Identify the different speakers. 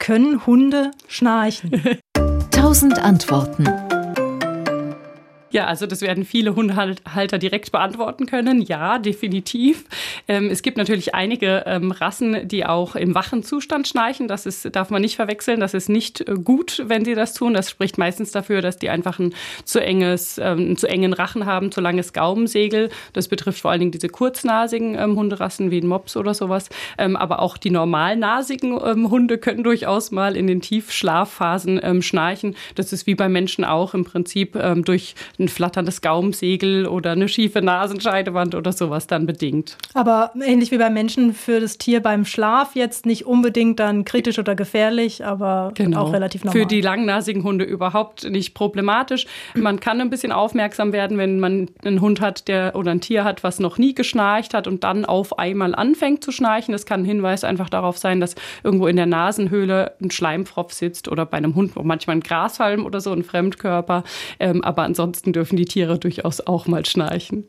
Speaker 1: Können Hunde schnarchen?
Speaker 2: 1000 Antworten.
Speaker 3: Ja, also das werden viele Hundehalter direkt beantworten können. Ja, definitiv. Es gibt natürlich einige Rassen, die auch im wachen Zustand schnarchen. Darf man nicht verwechseln. Das ist nicht gut, wenn sie das tun. Das spricht meistens dafür, dass die einfach einen zu engen Rachen haben, zu langes Gaumensegel. Das betrifft vor allen Dingen diese kurznasigen Hunderassen wie ein Mops oder sowas. Aber auch die normalnasigen Hunde können durchaus mal in den Tiefschlafphasen schnarchen. Das ist wie bei Menschen auch im Prinzip durch ein flatterndes Gaumensegel oder eine schiefe Nasenscheidewand oder sowas dann bedingt.
Speaker 1: Aber ähnlich wie beim Menschen für das Tier beim Schlaf jetzt nicht unbedingt dann kritisch oder gefährlich, aber auch relativ normal.
Speaker 3: Für die langnasigen Hunde überhaupt nicht problematisch. Man kann ein bisschen aufmerksam werden, wenn man einen Hund hat oder ein Tier hat, was noch nie geschnarcht hat und dann auf einmal anfängt zu schnarchen. Das kann ein Hinweis einfach darauf sein, dass irgendwo in der Nasenhöhle ein Schleimpfropf sitzt oder bei einem Hund manchmal ein Grashalm oder so, ein Fremdkörper. Aber ansonsten dürfen die Tiere durchaus auch mal schnarchen.